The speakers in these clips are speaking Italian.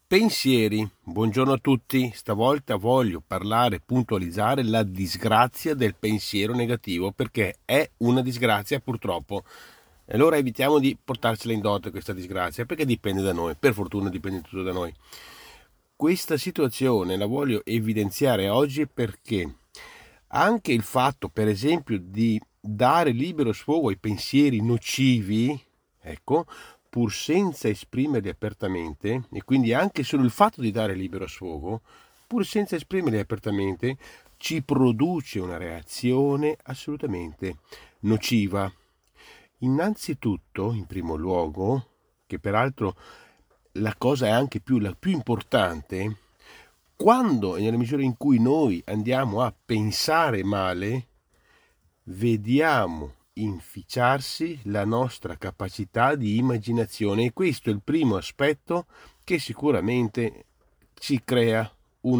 Pensieri, buongiorno a tutti. Stavolta voglio puntualizzare la disgrazia del pensiero negativo, perché è una disgrazia purtroppo. E allora evitiamo di portarcela in dote questa disgrazia, perché dipende da noi. Per fortuna dipende tutto da noi. Questa situazione la voglio evidenziare oggi perché anche il fatto, per esempio, di dare libero sfogo ai pensieri nocivi, ecco, pur senza esprimerli apertamente, e quindi anche solo il fatto di dare libero sfogo, pur senza esprimerli apertamente, ci produce una reazione assolutamente nociva. Innanzitutto, in primo luogo, che peraltro la cosa è anche la più importante, quando e nella misura in cui noi andiamo a pensare male, vediamo inficiarsi la nostra capacità di immaginazione, e questo è il primo aspetto che sicuramente ci crea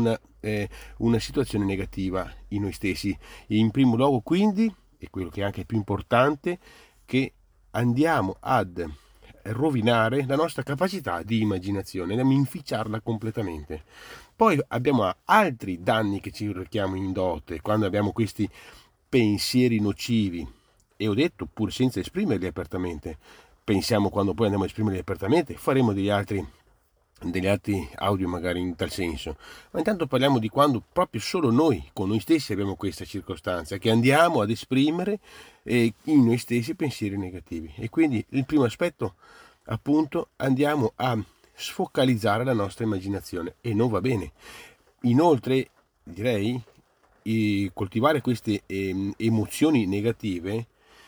una situazione negativa in noi stessi. In primo luogo, quindi, e quello che è anche più importante, che andiamo ad rovinare la nostra capacità di immaginazione, andiamo a inficiarla completamente. Poi abbiamo altri danni che ci rechiamo in dote quando abbiamo questi pensieri nocivi, e ho detto pur senza esprimerli apertamente. Pensiamo, quando poi andiamo a esprimerli apertamente faremo degli altri audio magari in tal senso, ma intanto parliamo di quando proprio solo noi con noi stessi abbiamo questa circostanza, che andiamo ad esprimere in noi stessi pensieri negativi. E quindi il primo aspetto, appunto, andiamo a sfocalizzare la nostra immaginazione, e non va bene. Inoltre direi, coltivare queste emozioni negative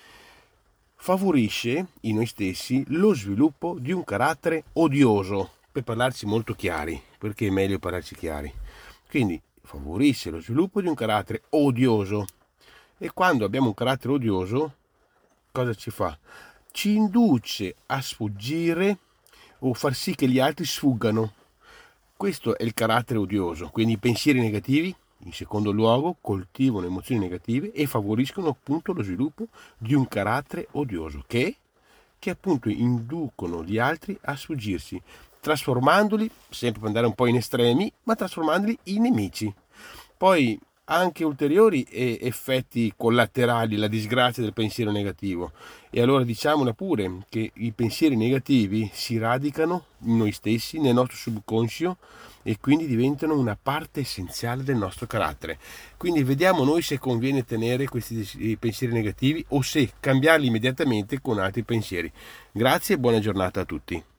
favorisce in noi stessi lo sviluppo di un carattere odioso, per parlarci molto chiari, perché è meglio parlarci chiari. Quindi favorisce lo sviluppo di un carattere odioso, e quando abbiamo un carattere odioso, cosa ci fa? Ci induce a sfuggire o far sì che gli altri sfuggano. Questo è il carattere odioso. Quindi i pensieri negativi, in secondo luogo, coltivano emozioni negative e favoriscono appunto lo sviluppo di un carattere odioso che appunto inducono gli altri a sfuggirsi, trasformandoli, sempre per andare un po' in estremi, ma trasformandoli in nemici. Poi anche ulteriori effetti collaterali, la disgrazia del pensiero negativo. E allora diciamola pure che i pensieri negativi si radicano in noi stessi, nel nostro subconscio, e quindi diventano una parte essenziale del nostro carattere. Quindi vediamo noi se conviene tenere questi pensieri negativi o se cambiarli immediatamente con altri pensieri. Grazie e buona giornata a tutti.